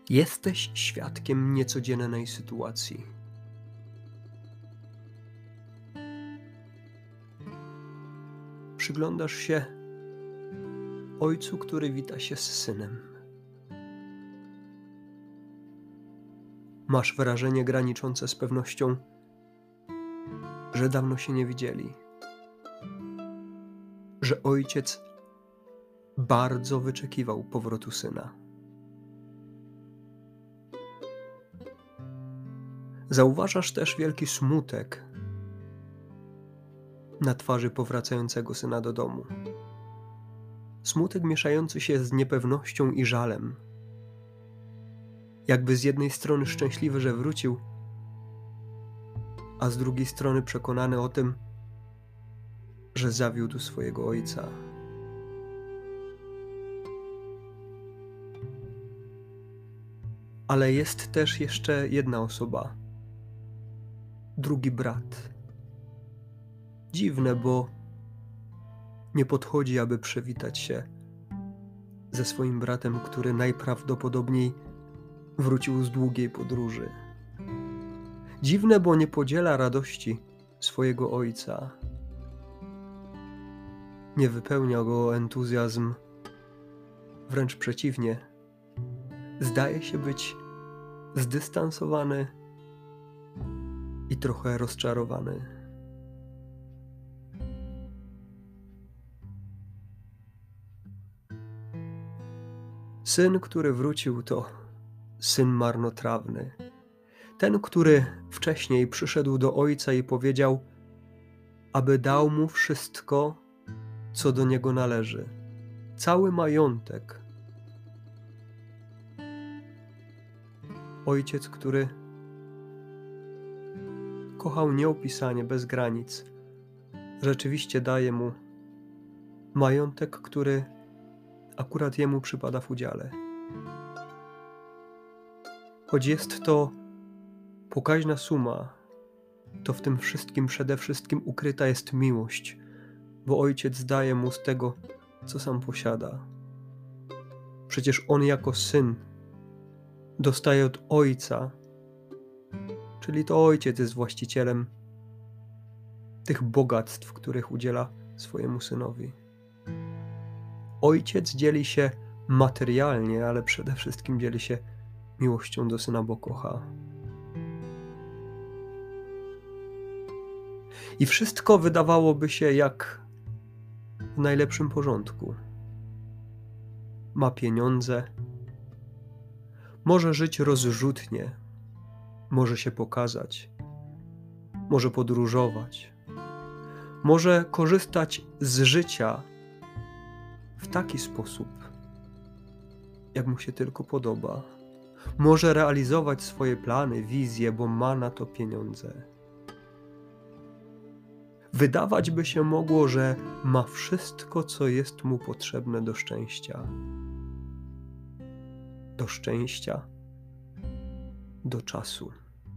Jesteś świadkiem niecodziennej sytuacji. Przyglądasz się ojcu, który wita się z synem. Masz wrażenie graniczące z pewnością, że dawno się nie widzieli. Że ojciec bardzo wyczekiwał powrotu syna. Zauważasz też wielki smutek na twarzy powracającego syna do domu. Smutek mieszający się z niepewnością i żalem. Jakby z jednej strony szczęśliwy, że wrócił, a z drugiej strony przekonany o tym, że zawiódł swojego ojca. Ale jest też jeszcze jedna osoba. Drugi brat. Dziwne, bo nie podchodzi, aby przywitać się ze swoim bratem, który najprawdopodobniej wrócił z długiej podróży. Dziwne, bo nie podziela radości swojego ojca. Nie wypełnia go entuzjazm, wręcz przeciwnie. Zdaje się być zdystansowany i trochę rozczarowany. Syn, który wrócił, to syn marnotrawny. Ten, który wcześniej przyszedł do ojca i powiedział, aby dał mu wszystko, co do niego należy. Cały majątek. Ojciec, który kochał nieopisanie, bez granic, rzeczywiście daje mu majątek, który akurat jemu przypada w udziale. Choć jest to pokaźna suma, to w tym wszystkim przede wszystkim ukryta jest miłość, bo ojciec daje mu z tego, co sam posiada. Przecież on jako syn dostaje od ojca, czyli to ojciec jest właścicielem tych bogactw, których udziela swojemu synowi. Ojciec dzieli się materialnie, ale przede wszystkim dzieli się miłością do syna, bo kocha. I wszystko wydawałoby się jak w najlepszym porządku. Ma pieniądze, może żyć rozrzutnie, może się pokazać, może podróżować, może korzystać z życia w taki sposób, jak mu się tylko podoba. Może realizować swoje plany, wizje, bo ma na to pieniądze. Wydawać by się mogło, że ma wszystko, co jest mu potrzebne do szczęścia. Do szczęścia, do czasu.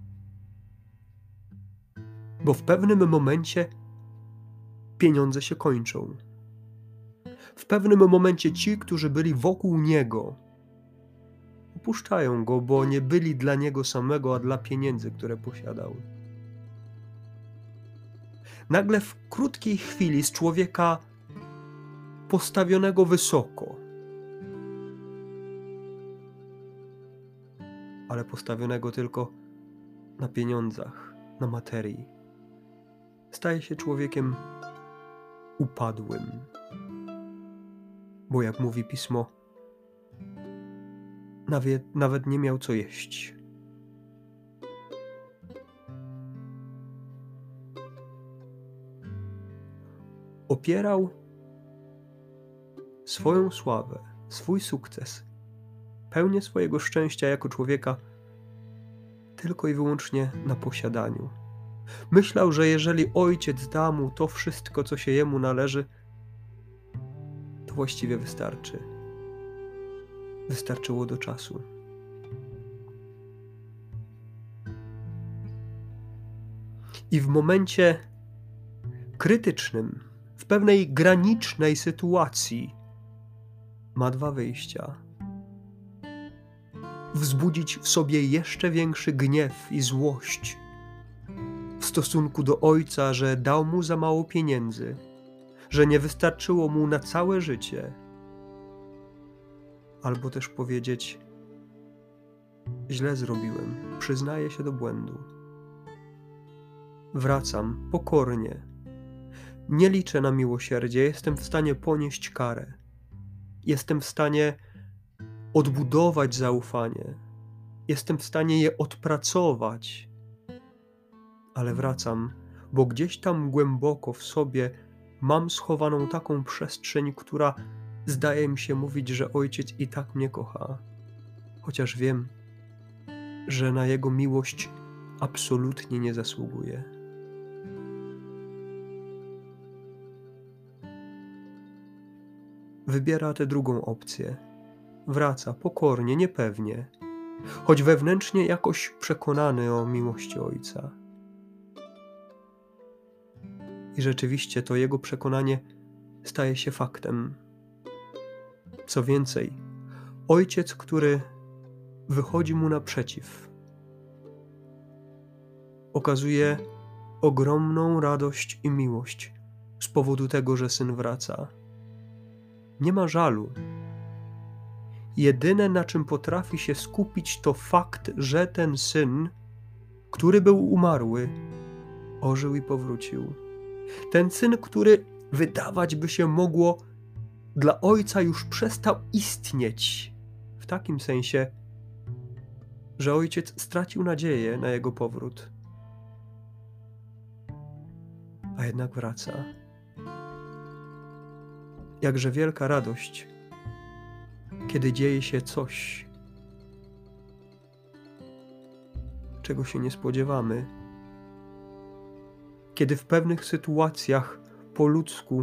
Bo w pewnym momencie pieniądze się kończą. W pewnym momencie ci, którzy byli wokół niego, opuszczają go, bo nie byli dla niego samego, a dla pieniędzy, które posiadał. Nagle w krótkiej chwili z człowieka postawionego wysoko, ale postawionego tylko na pieniądzach, na materii, staje się człowiekiem upadłym. Bo jak mówi Pismo, nawet nie miał co jeść. Opierał swoją sławę, swój sukces, pełnię swojego szczęścia jako człowieka tylko i wyłącznie na posiadaniu. Myślał, że jeżeli ojciec da mu to wszystko, co się jemu należy, to właściwie wystarczy. Wystarczyło do czasu. I w momencie krytycznym, w pewnej granicznej sytuacji ma dwa wyjścia. wzbudzić w sobie jeszcze większy gniew i złość w stosunku do ojca, że dał mu za mało pieniędzy, że nie wystarczyło mu na całe życie. Albo też powiedzieć: źle zrobiłem, przyznaję się do błędu. Wracam pokornie. Nie liczę na miłosierdzie, jestem w stanie ponieść karę. Jestem w stanie odbudować zaufanie. Jestem w stanie je odpracować. Ale wracam, bo gdzieś tam głęboko w sobie mam schowaną taką przestrzeń, która zdaje mi się mówić, że ojciec i tak mnie kocha. Chociaż wiem, że na jego miłość absolutnie nie zasługuję. Wybiera tę drugą opcję. Wraca pokornie, niepewnie, choć wewnętrznie jakoś przekonany o miłości ojca. I rzeczywiście to jego przekonanie staje się faktem. Co więcej, ojciec, który wychodzi mu naprzeciw, okazuje ogromną radość i miłość z powodu tego, że syn wraca. Nie ma żalu. Jedyne, na czym potrafi się skupić, to fakt, że ten syn, który był umarły, ożył i powrócił. Ten syn, który wydawać by się mogło dla ojca już przestał istnieć, w takim sensie, że ojciec stracił nadzieję na jego powrót. A jednak wraca. Jakże wielka radość, kiedy dzieje się coś, czego się nie spodziewamy. Kiedy w pewnych sytuacjach po ludzku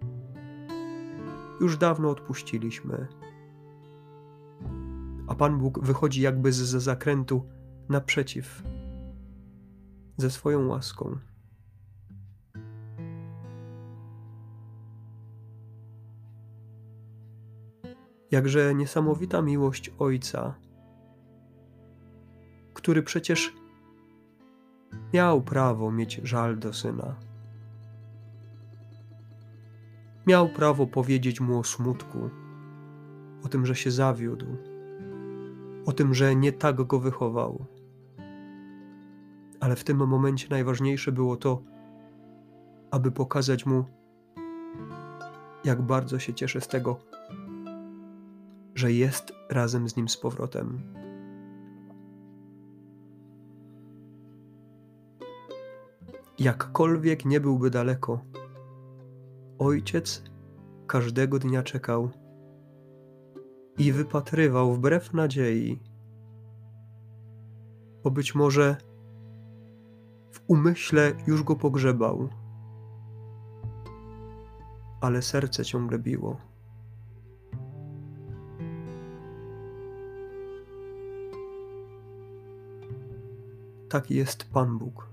już dawno odpuściliśmy, a Pan Bóg wychodzi jakby zza zakrętu naprzeciw, ze swoją łaską. Jakże niesamowita miłość Ojca, który przecież miał prawo mieć żal do Syna. Miał prawo powiedzieć mu o smutku, o tym, że się zawiódł, o tym, że nie tak go wychował. Ale w tym momencie najważniejsze było to, aby pokazać mu, jak bardzo się cieszy z tego, że jest razem z nim z powrotem. Jakkolwiek nie byłby daleko, ojciec każdego dnia czekał i wypatrywał wbrew nadziei, bo być może w umyśle już go pogrzebał, ale serce ciągle biło. Taki jest Pan Bóg.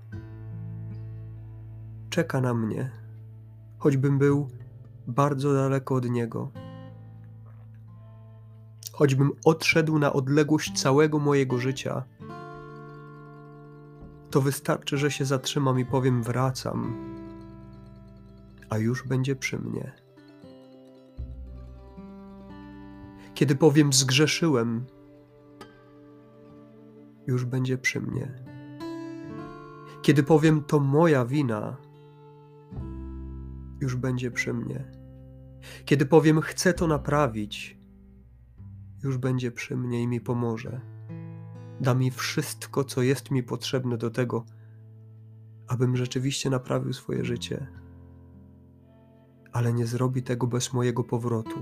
Czeka na mnie, choćbym był bardzo daleko od Niego. Choćbym odszedł na odległość całego mojego życia, to wystarczy, że się zatrzymam i powiem: wracam, a już będzie przy mnie. Kiedy powiem: zgrzeszyłem, już będzie przy mnie. Kiedy powiem: to moja wina, już będzie przy mnie. Kiedy powiem: chcę to naprawić, już będzie przy mnie i mi pomoże. Da mi wszystko, co jest mi potrzebne do tego, abym rzeczywiście naprawił swoje życie. Ale nie zrobi tego bez mojego powrotu.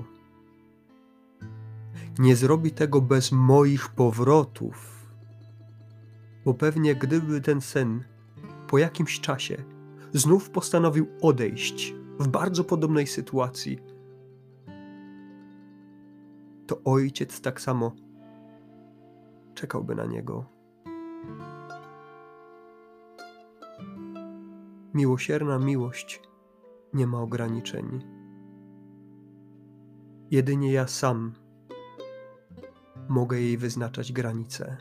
Nie zrobi tego bez moich powrotów. Bo pewnie gdyby ten syn po jakimś czasie znów postanowił odejść w bardzo podobnej sytuacji, to ojciec tak samo czekałby na niego. Miłosierna miłość nie ma ograniczeń. Jedynie ja sam mogę jej wyznaczać granice.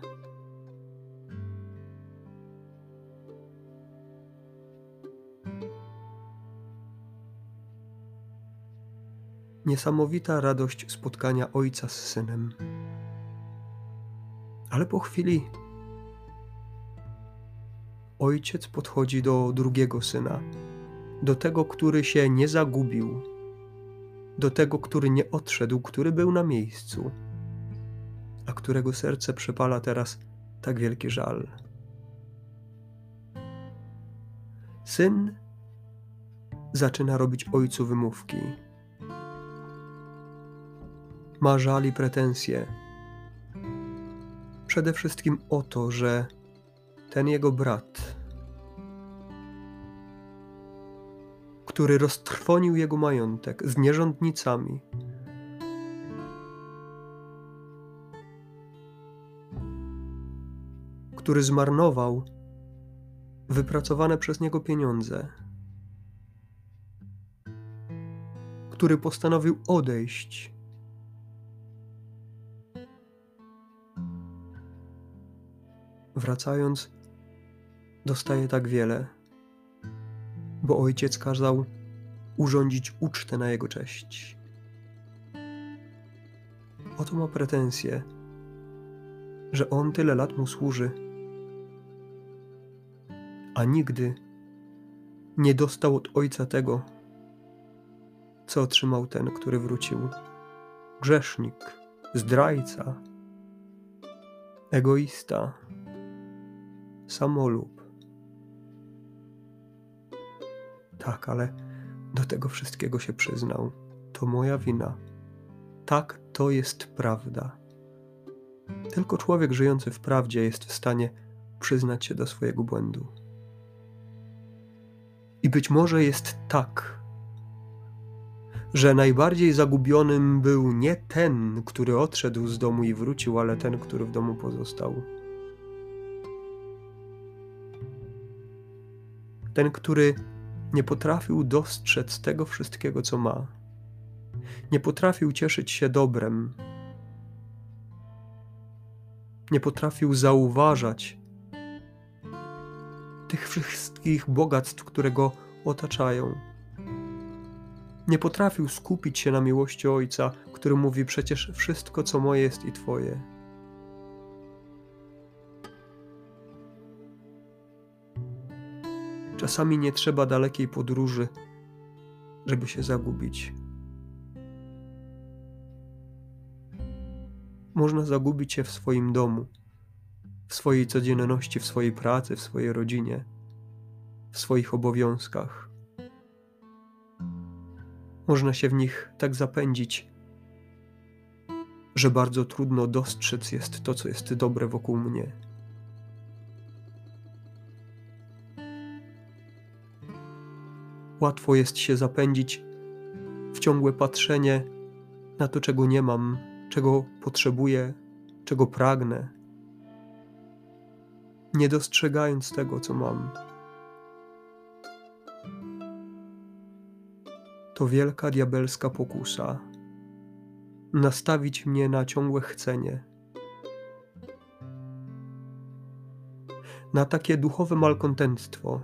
Niesamowita radość spotkania ojca z synem. Ale po chwili ojciec podchodzi do drugiego syna, do tego, który się nie zagubił, do tego, który nie odszedł, który był na miejscu, a którego serce przepala teraz tak wielki żal. Syn zaczyna robić ojcu wymówki. Ma żal i pretensje. Przede wszystkim o to, że ten jego brat, który roztrwonił jego majątek z nierządnicami, który zmarnował wypracowane przez niego pieniądze, który postanowił odejść, wracając, dostaje tak wiele, bo ojciec kazał urządzić ucztę na jego cześć. Oto ma pretensje, że on tyle lat mu służy, a nigdy nie dostał od ojca tego, co otrzymał ten, który wrócił. Grzesznik, zdrajca, egoista, samolub. Tak, ale do tego wszystkiego się przyznał. To moja wina. Tak, to jest prawda. Tylko człowiek żyjący w prawdzie jest w stanie przyznać się do swojego błędu. I być może jest tak, że najbardziej zagubionym był nie ten, który odszedł z domu i wrócił, ale ten, który w domu pozostał. Ten, który nie potrafił dostrzec tego wszystkiego, co ma. Nie potrafił cieszyć się dobrem. Nie potrafił zauważać tych wszystkich bogactw, które go otaczają. Nie potrafił skupić się na miłości Ojca, który mówi: przecież wszystko, co moje, jest i Twoje. Czasami nie trzeba dalekiej podróży, żeby się zagubić. Można zagubić się w swoim domu, w swojej codzienności, w swojej pracy, w swojej rodzinie, w swoich obowiązkach. Można się w nich tak zapędzić, że bardzo trudno dostrzec jest to, co jest dobre wokół mnie. Łatwo jest się zapędzić w ciągłe patrzenie na to, czego nie mam, czego potrzebuję, czego pragnę, nie dostrzegając tego, co mam. To wielka diabelska pokusa nastawić mnie na ciągłe chcenie, na takie duchowe malkontentstwo,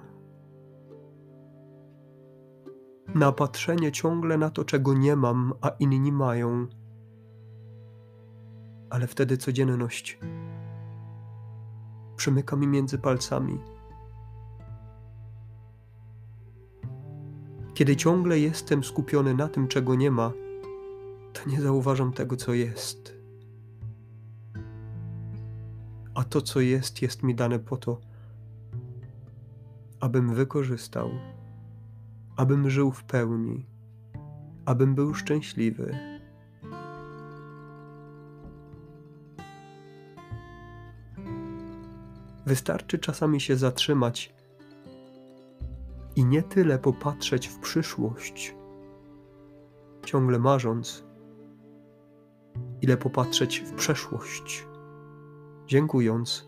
na patrzenie ciągle na to, czego nie mam, a inni mają. Ale wtedy codzienność przemyka mi między palcami. Kiedy ciągle jestem skupiony na tym, czego nie ma, to nie zauważam tego, co jest. A to, co jest mi dane po to, abym wykorzystał, abym żył w pełni, abym był szczęśliwy. Wystarczy czasami się zatrzymać i nie tyle popatrzeć w przyszłość, ciągle marząc, ile popatrzeć w przeszłość, dziękując,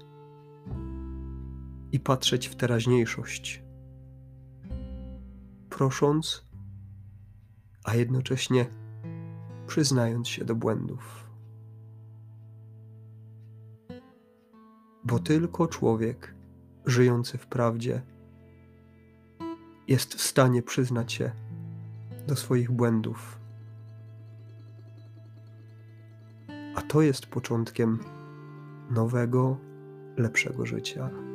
i patrzeć w teraźniejszość, prosząc, a jednocześnie przyznając się do błędów. bo tylko człowiek żyjący w prawdzie jest w stanie przyznać się do swoich błędów. A to jest początkiem nowego, lepszego życia.